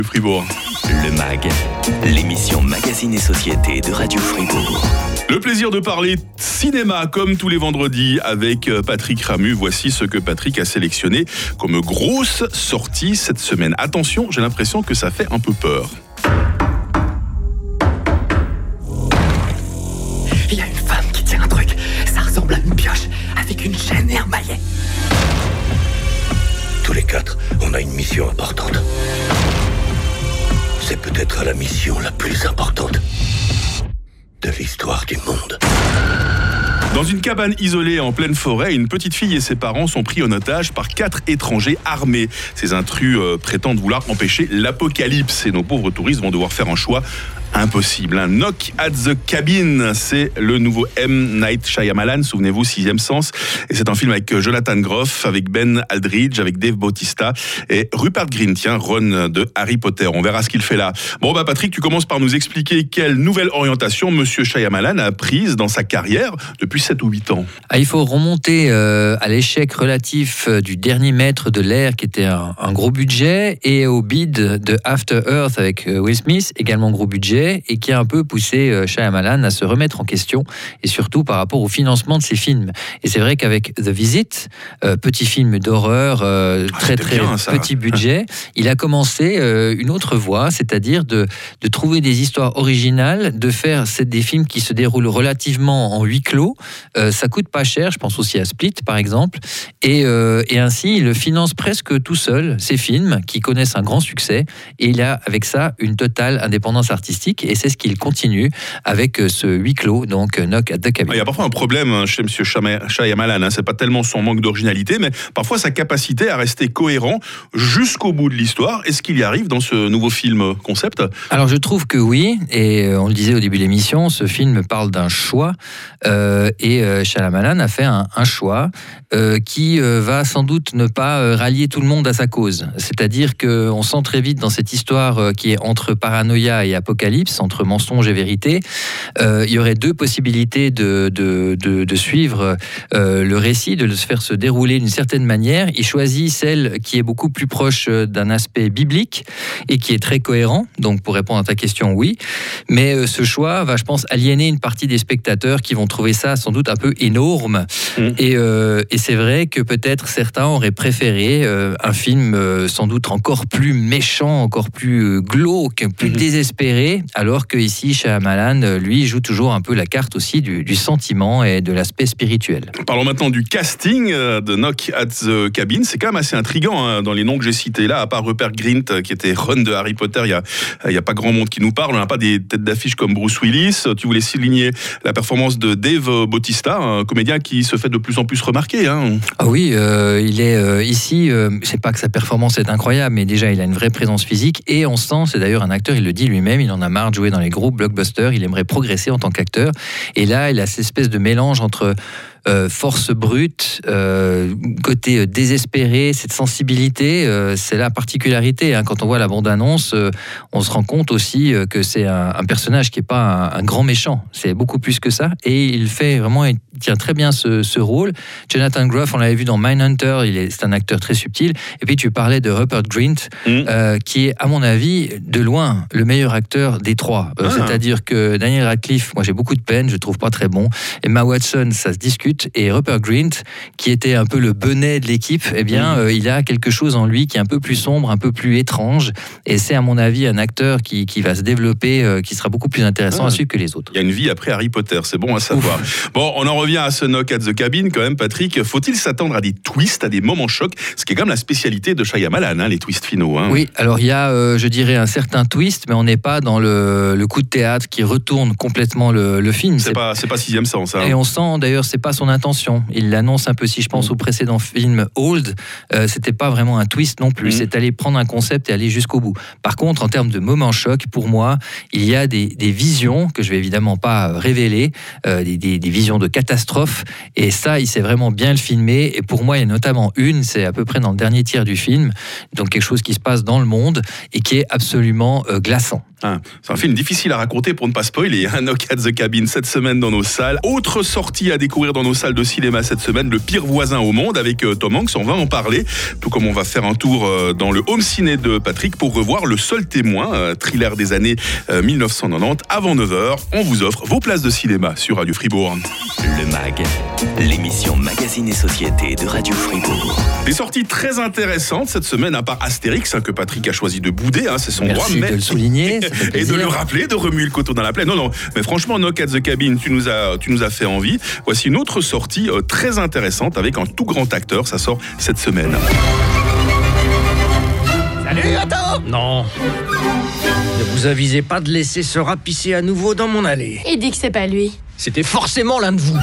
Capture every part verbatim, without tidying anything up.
Fribourg. Le MAG, l'émission Magazine et Société de Radio Fribourg. Le plaisir de parler cinéma comme tous les vendredis avec Patrick Ramu. Voici ce que Patrick a sélectionné comme grosse sortie cette semaine. Attention, j'ai l'impression que ça fait un peu peur. Il y a une femme qui tient un truc. Ça ressemble à une pioche avec une chaîne et un maillet. Tous les quatre, on a une mission importante. C'est peut-être la mission la plus importante de l'histoire du monde. Dans une cabane isolée en pleine forêt, une petite fille et ses parents sont pris en otage par quatre étrangers armés. Ces intrus euh, prétendent vouloir empêcher l'apocalypse et nos pauvres touristes vont devoir faire un choix impossible. Un Knock at the Cabin, c'est le nouveau M. Night Shyamalan, souvenez-vous, Sixième Sens. Et c'est un film avec Jonathan Groff, avec Ben Aldridge, avec Dave Bautista et Rupert Grint, tiens, Ron de Harry Potter. On verra ce qu'il fait là. Bon, bah Patrick, tu commences par nous expliquer quelle nouvelle orientation Monsieur Shyamalan a prise dans sa carrière depuis sept ou huit ans. Ah, il faut remonter euh, à l'échec relatif du dernier Maître de l'air, qui était un, un gros budget, et au bid de After Earth avec Will Smith, également gros budget, et qui a un peu poussé Shyamalan à se remettre en question, et surtout par rapport au financement de ses films. Et c'est vrai qu'avec The Visit, euh, petit film d'horreur, euh, ah, très très bien, petit budget, il a commencé euh, une autre voie, c'est-à-dire de, de trouver des histoires originales, de faire des films qui se déroulent relativement en huis clos. Euh, ça coûte pas cher, je pense aussi à Split par exemple, et, euh, et ainsi il finance presque tout seul ces films qui connaissent un grand succès, et il a avec ça une totale indépendance artistique. Et c'est ce qu'il continue avec ce huis clos, donc Knock at the Cabin. Il y a parfois un problème chez M. Shyamalan, hein. C'est pas tellement son manque d'originalité, mais parfois sa capacité à rester cohérent jusqu'au bout de l'histoire. Est-ce qu'il y arrive dans ce nouveau film concept ? Alors je trouve que oui, et on le disait au début de l'émission, ce film parle d'un choix, euh, et euh, Shyamalan a fait un, un choix euh, qui euh, va sans doute ne pas euh, rallier tout le monde à sa cause. C'est-à-dire qu'on sent très vite dans cette histoire euh, qui est entre paranoïa et apocalypse, entre mensonge et vérité, euh, il y aurait deux possibilités de, de, de, de suivre euh, le récit, de le faire se dérouler d'une certaine manière. Il choisit celle qui est beaucoup plus proche d'un aspect biblique et qui est très cohérent. Donc pour répondre à ta question, oui. Mais euh, ce choix va, je pense, aliéner une partie des spectateurs qui vont trouver ça sans doute un peu énorme. Mmh. Et, euh, et c'est vrai que peut-être certains auraient préféré euh, un film euh, sans doute encore plus méchant, encore plus euh, glauque, plus mmh. désespéré, alors que ici, Shyamalan, lui, joue toujours un peu la carte aussi du, du sentiment et de l'aspect spirituel. Parlons maintenant du casting de Knock at the Cabin. C'est quand même assez intriguant hein, dans les noms que j'ai cités là, à part Rupert Grint, qui était Ron de Harry Potter, il n'y a, y a pas grand monde qui nous parle. On n'a pas des têtes d'affiche comme Bruce Willis. Tu voulais souligner la performance de Dave Bautista, un comédien qui se fait de plus en plus remarquer. Hein. Ah oui, euh, il est euh, ici, euh, c'est pas que sa performance est incroyable, mais déjà il a une vraie présence physique, et on sent, c'est d'ailleurs un acteur, il le dit lui-même, il en a marre de jouer dans les gros blockbusters, il aimerait progresser en tant qu'acteur, et là il a cette espèce de mélange entre Euh, force brute, euh, côté désespéré, cette sensibilité, euh, c'est la particularité. Hein. Quand on voit la bande-annonce, euh, on se rend compte aussi euh, que c'est un, un personnage qui n'est pas un, un grand méchant. C'est beaucoup plus que ça. Et il fait vraiment, il tient très bien ce, ce rôle. Jonathan Groff, on l'avait vu dans Mindhunter, il est, c'est un acteur très subtil. Et puis tu parlais de Rupert Grint, mmh. euh, qui est, à mon avis, de loin, le meilleur acteur des trois. Euh, ah. C'est-à-dire que Daniel Radcliffe, moi j'ai beaucoup de peine, je ne trouve pas très bon. Emma Watson, ça se discute. Et Rupert Grint, qui était un peu le benet de l'équipe, eh bien, mmh. euh, il a quelque chose en lui qui est un peu plus sombre, un peu plus étrange. Et c'est, à mon avis, un acteur qui, qui va se développer, euh, qui sera beaucoup plus intéressant ah. à suivre que les autres. Il y a une vie après Harry Potter, c'est bon à savoir. Ouf. Bon, on en revient à ce Knock at the Cabin, quand même, Patrick. Faut-il s'attendre à des twists, à des moments chocs ? Ce qui est quand même la spécialité de Shyamalan, hein, les twists finaux. Hein. Oui, alors il y a, euh, je dirais, un certain twist, mais on n'est pas dans le, le coup de théâtre qui retourne complètement le, le film. C'est, c'est pas, c'est pas Sixième Sens. Hein. Et on sent, d'ailleurs, c'est pas son intention. Il l'annonce un peu, si je pense mmh. au précédent film Old, euh, c'était pas vraiment un twist non plus, mmh. c'est aller prendre un concept et aller jusqu'au bout. Par contre, en termes de moments chocs, pour moi, il y a des, des visions que je vais évidemment pas révéler, euh, des, des, des visions de catastrophe, et ça, il sait vraiment bien le filmer, et pour moi, il y a notamment une, c'est à peu près dans le dernier tiers du film, donc quelque chose qui se passe dans le monde, et qui est absolument euh, glaçant. Ah, c'est un film difficile à raconter pour ne pas spoiler, hein, Knock at the Cabin, cette semaine dans nos salles. Autre sortie à découvrir dans nos nos salles de cinéma cette semaine, Le pire voisin au monde avec euh, Tom Hanks. On va en parler, tout comme on va faire un tour euh, dans le home ciné de Patrick pour revoir Le Seul Témoin, euh, thriller des années euh, mille neuf cent quatre-vingt-dix. Avant neuf heures, on vous offre vos places de cinéma sur Radio Fribourg. Le Mag, l'émission Magazine et Société de Radio Fribourg. Des sorties très intéressantes cette semaine, à part Astérix, hein, que Patrick a choisi de bouder, hein, c'est son Merci droit. de Mais... le souligner, ça fait et plaisir. de le rappeler, de remuer le couteau dans la plaie. Non, non, mais franchement, Knock at the Cabin, tu nous as, tu nous as fait envie. Voici une autre sortie euh, très intéressante avec un tout grand acteur. Ça sort cette semaine. Salut, attends! Non. Ne vous avisez pas de laisser ce rat pisser à nouveau dans mon allée. Il dit que c'est pas lui. C'était forcément l'un de vous.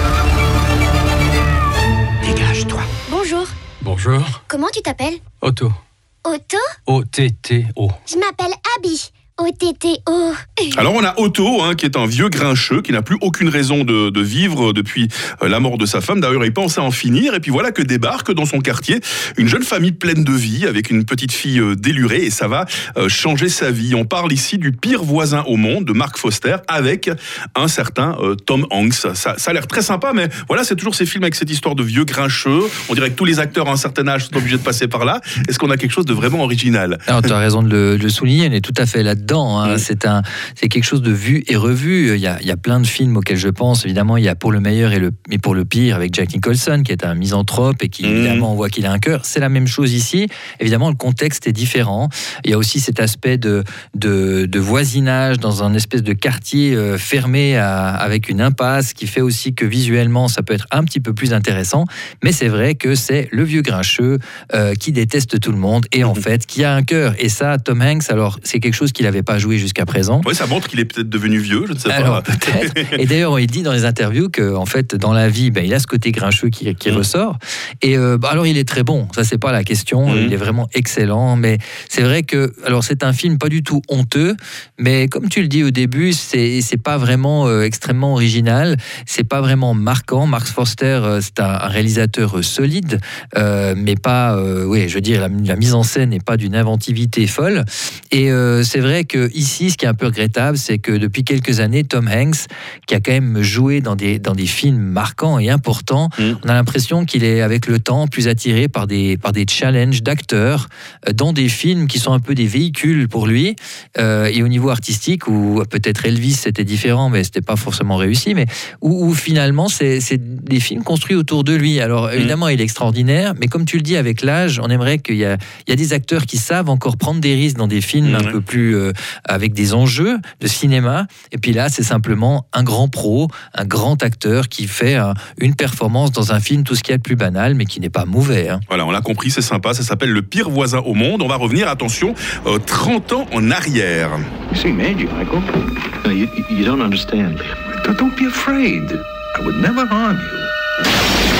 Dégage-toi. Bonjour. Bonjour. Comment tu t'appelles? Otto. Otto? O T T O. Je m'appelle Abby. O T T O. Alors on a Otto, hein, qui est un vieux grincheux, qui n'a plus aucune raison de, de vivre depuis euh, la mort de sa femme. D'ailleurs, il pensait en finir. Et puis voilà que débarque dans son quartier une jeune famille pleine de vie, avec une petite fille euh, délurée. Et ça va euh, changer sa vie. On parle ici du pire voisin au monde, de Mark Foster, avec un certain euh, Tom Hanks. Ça, ça a l'air très sympa, mais voilà, c'est toujours ces films avec cette histoire de vieux grincheux. On dirait que tous les acteurs à un certain âge sont obligés de passer par là. Est-ce qu'on a quelque chose de vraiment original? Alors, tu as raison de le, de le souligner, on est tout à fait là-dedans. Hein. Mmh. C'est, un, c'est quelque chose de vu et revu. Il y, a, il y a plein de films auxquels je pense. Évidemment, il y a Pour le meilleur et, le, et pour le pire avec Jack Nicholson, qui est un misanthrope et qui, mmh. évidemment, on voit qu'il a un cœur. C'est la même chose ici. Évidemment, le contexte est différent. Il y a aussi cet aspect de, de, de voisinage dans un espèce de quartier euh, fermé à, avec une impasse, qui fait aussi que visuellement, ça peut être un petit peu plus intéressant. Mais c'est vrai que c'est le vieux grincheux euh, qui déteste tout le monde et en mmh. fait, qui a un cœur. Et ça, Tom Hanks, alors, c'est quelque chose qu'il n'avait pas joué jusqu'à présent. Oui, ça montre qu'il est peut-être devenu vieux, je ne sais alors, pas. Peut-être. Et d'ailleurs, il dit dans les interviews qu'en fait, dans la vie, ben, il a ce côté grincheux qui, qui mmh. ressort. Et euh, bah, alors, il est très bon, ça, c'est pas la question. Mmh. Il est vraiment excellent. Mais c'est vrai que, alors, c'est un film pas du tout honteux, mais comme tu le dis au début, c'est, c'est pas vraiment euh, extrêmement original. C'est pas vraiment marquant. Mark Foster, euh, c'est un, un réalisateur euh, solide, euh, mais pas, euh, oui, je veux dire, la, la mise en scène n'est pas d'une inventivité folle. Et euh, c'est vrai que ici, ce qui est un peu regrettable, c'est que depuis quelques années, Tom Hanks, qui a quand même joué dans des, dans des films marquants et importants, mmh. on a l'impression qu'il est, avec le temps, plus attiré par des, par des challenges d'acteurs euh, dans des films qui sont un peu des véhicules pour lui. Euh, et au niveau artistique, où peut-être Elvis, c'était différent, mais c'était pas forcément réussi, mais où, où finalement, c'est, c'est des films construits autour de lui. Alors, évidemment, mmh. il est extraordinaire, mais comme tu le dis, avec l'âge, on aimerait qu'il y a, il y a des acteurs qui savent encore prendre des risques dans des films mmh. un peu plus... Euh, avec des enjeux de cinéma, et puis là c'est simplement un grand pro, un grand acteur qui fait un, une performance dans un film, tout ce qu'il y a de plus banal, mais qui n'est pas mauvais. Hein. Voilà, on l'a compris, c'est sympa, ça s'appelle Le pire voisin au monde. On va revenir, attention, euh, trente ans en arrière. You see magic, Michael. No, you, you don't understand. Don't be afraid. I would never harm you.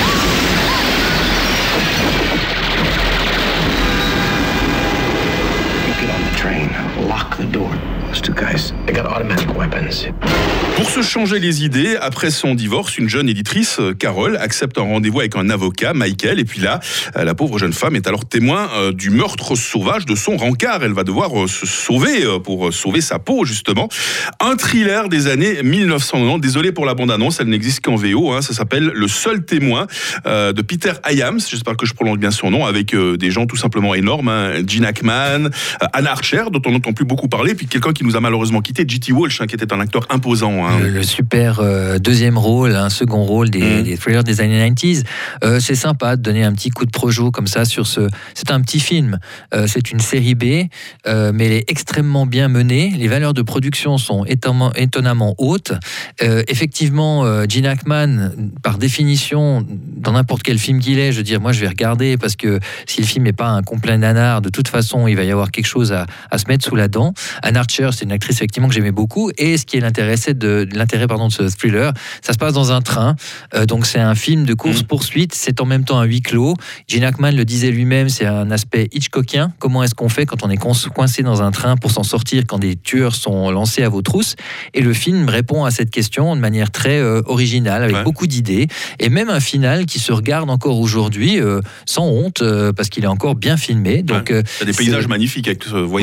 Lock the door. Those two guys, they got automatic weapons. Pour se changer les idées, après son divorce, une jeune éditrice, Carole, accepte un rendez-vous avec un avocat, Michael, et puis là, la pauvre jeune femme est alors témoin du meurtre sauvage de son rencard. Elle va devoir se sauver pour sauver sa peau, justement. Un thriller des années mille neuf cent quatre-vingt-dix. Désolé pour la bande-annonce, elle n'existe qu'en V O. Hein. Ça s'appelle Le Seul Témoin euh, de Peter Hyams. J'espère que je prononce bien son nom, avec euh, des gens tout simplement énormes. Hein. Gene Hackman, euh, Anna Archer, dont on n'entend plus beaucoup parler, puis quelqu'un qui nous a malheureusement quitté, J T Walsh, hein, qui était un acteur imposant. Hein. Le, le super euh, deuxième rôle, un second rôle des, mmh. des thrillers des années quatre-vingt-dix. Euh, c'est sympa de donner un petit coup de projo comme ça sur ce... C'est un petit film. Euh, c'est une série B, euh, mais elle est extrêmement bien menée. Les valeurs de production sont étonnamment, étonnamment hautes. Euh, effectivement, euh, Gene Hackman, par définition, dans n'importe quel film qu'il est, je veux dire, moi je vais regarder parce que si le film n'est pas un complet nanar, de toute façon, il va y avoir quelque chose à, à se mettre sous la dent. Anna Archer, c'est une actrice effectivement que j'aimais beaucoup. Et ce qui est l'intérêt de, l'intérêt, pardon, de ce thriller, ça se passe dans un train. Euh, donc c'est un film de course-poursuite. C'est en même temps un huis clos. Gene Hackman le disait lui-même, c'est un aspect Hitchcockien. Comment est-ce qu'on fait quand on est coincé dans un train pour s'en sortir quand des tueurs sont lancés à vos trousses? Et le film répond à cette question de manière très euh, originale, avec ouais. beaucoup d'idées. Et même un final qui se regarde encore aujourd'hui euh, sans honte, euh, parce qu'il est encore bien filmé. Donc, ouais. Il y a des paysages magnifiques avec ce voyage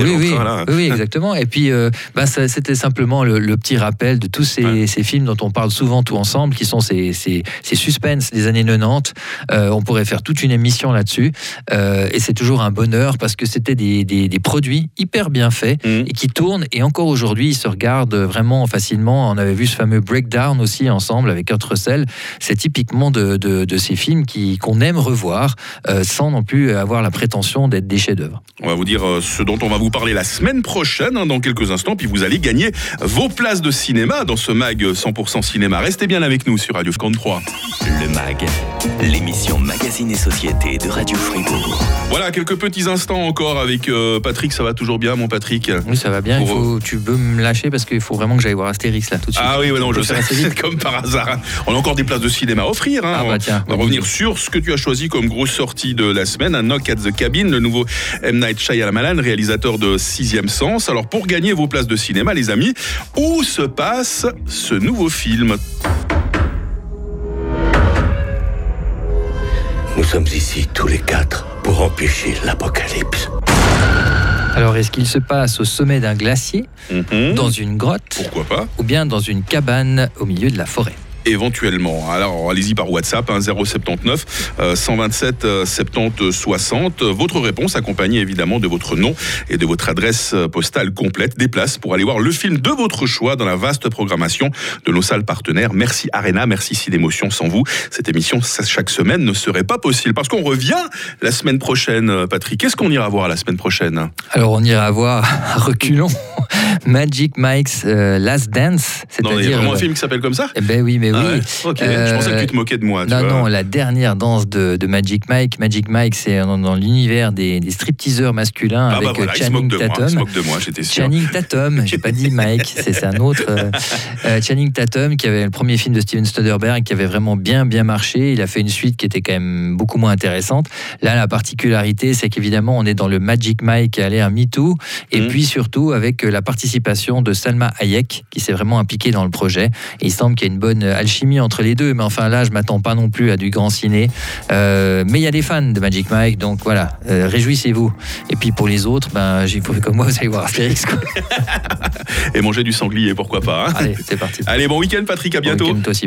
elle oui, est en oui, train, là. oui, oui, exactement. Et puis, euh, bah, ça, c'était simplement le, le petit rappel de tous ces, Ouais. ces films dont on parle souvent tout ensemble, qui sont ces, ces, ces suspens des années quatre-vingt-dix. Euh, on pourrait faire toute une émission là-dessus. Euh, et c'est toujours un bonheur parce que c'était des, des, des produits hyper bien faits Mmh. et qui tournent. Et encore aujourd'hui, ils se regardent vraiment facilement. On avait vu ce fameux Breakdown aussi ensemble avec Kurt Russell. C'est typiquement de, de, de ces films qui, qu'on aime revoir euh, sans non plus avoir la prétention d'être des chefs-d'œuvre. On va vous dire euh, ce dont on va vous parler la semaine prochaine, hein, dans quelques instants, puis vous allez gagner vos places de cinéma dans ce mag cent pour cent cinéma. Restez bien avec nous sur Radio cinquante-trois. Le MAG, l'émission Magazine et Société de Radio Fribourg. Voilà, quelques petits instants encore avec euh, Patrick. Ça va toujours bien, mon Patrick? Oui, ça va bien. Il Pour- faut, tu peux me lâcher parce qu'il faut vraiment que j'aille voir Astérix là tout de suite. Ah oui, ouais, non, je Faut sais, faire assez vite. comme par hasard. hein. On a encore des places de cinéma à offrir. Hein. Ah bah tiens. On va revenir sur ce que tu as choisi comme grosse sortie de la semaine, un Knock at the Cabin, le nouveau M. Night Shyamalan, réalisateur de Sixième Sens. Alors pour gagner vos places de cinéma, les amis, où se passe ce nouveau film? Nous sommes ici tous les quatre pour empêcher l'apocalypse. Alors, est-ce qu'il se passe au sommet d'un glacier, Mhm. dans une grotte, Pourquoi pas? ou bien dans une cabane au milieu de la forêt? Éventuellement. Alors, allez-y par WhatsApp, hein, zéro soixante-dix-neuf euh, cent vingt-sept euh, soixante-dix soixante. Votre réponse accompagnée évidemment de votre nom et de votre adresse euh, postale complète. Des places pour aller voir le film de votre choix dans la vaste programmation de nos salles partenaires. Merci Arena, merci Cinémotion. Sans vous, cette émission ça, chaque semaine ne serait pas possible. Parce qu'on revient la semaine prochaine, euh, Patrick. Qu'est-ce qu'on ira voir la semaine prochaine? Alors, on ira voir à reculons Magic Mike's euh, Last Dance, Non, il y a c'est-à-dire. vraiment un euh, film qui s'appelle comme ça? eh ben oui, mais Ah oui. ouais, ok, Euh, je pensais que tu te moquais de moi. tu Non, vois. non, la dernière danse de, de Magic Mike. Magic Mike, c'est dans, dans l'univers des, des stripteaseurs masculins Ah avec bah voilà, il se Channing moque de moi, il se Tatum. moque de moi, j'étais sûr. Channing Tatum, j'ai pas dit Mike, c'est, c'est un autre. euh, euh, Channing Tatum, qui avait le premier film de Steven Soderbergh, qui avait vraiment bien, bien marché. Il a fait une suite qui était quand même beaucoup moins intéressante. Là, la particularité, c'est qu'évidemment, on est dans le Magic Mike à l'ère MeToo, et Mhm. puis surtout avec euh, la participation de Salma Hayek, qui s'est vraiment impliquée dans le projet. Et il semble qu'il y a une bonne alchimie entre les deux, mais enfin là, je m'attends pas non plus à du grand ciné. Euh, mais il y a des fans de Magic Mike, donc voilà, euh, réjouissez-vous. Et puis pour les autres, ben, il faut comme moi, vous allez voir Astérix, quoi. Et manger du sanglier, pourquoi pas. hein. Allez, c'est parti. Allez, bon week-end Patrick, à bientôt. Bon week-end, toi aussi.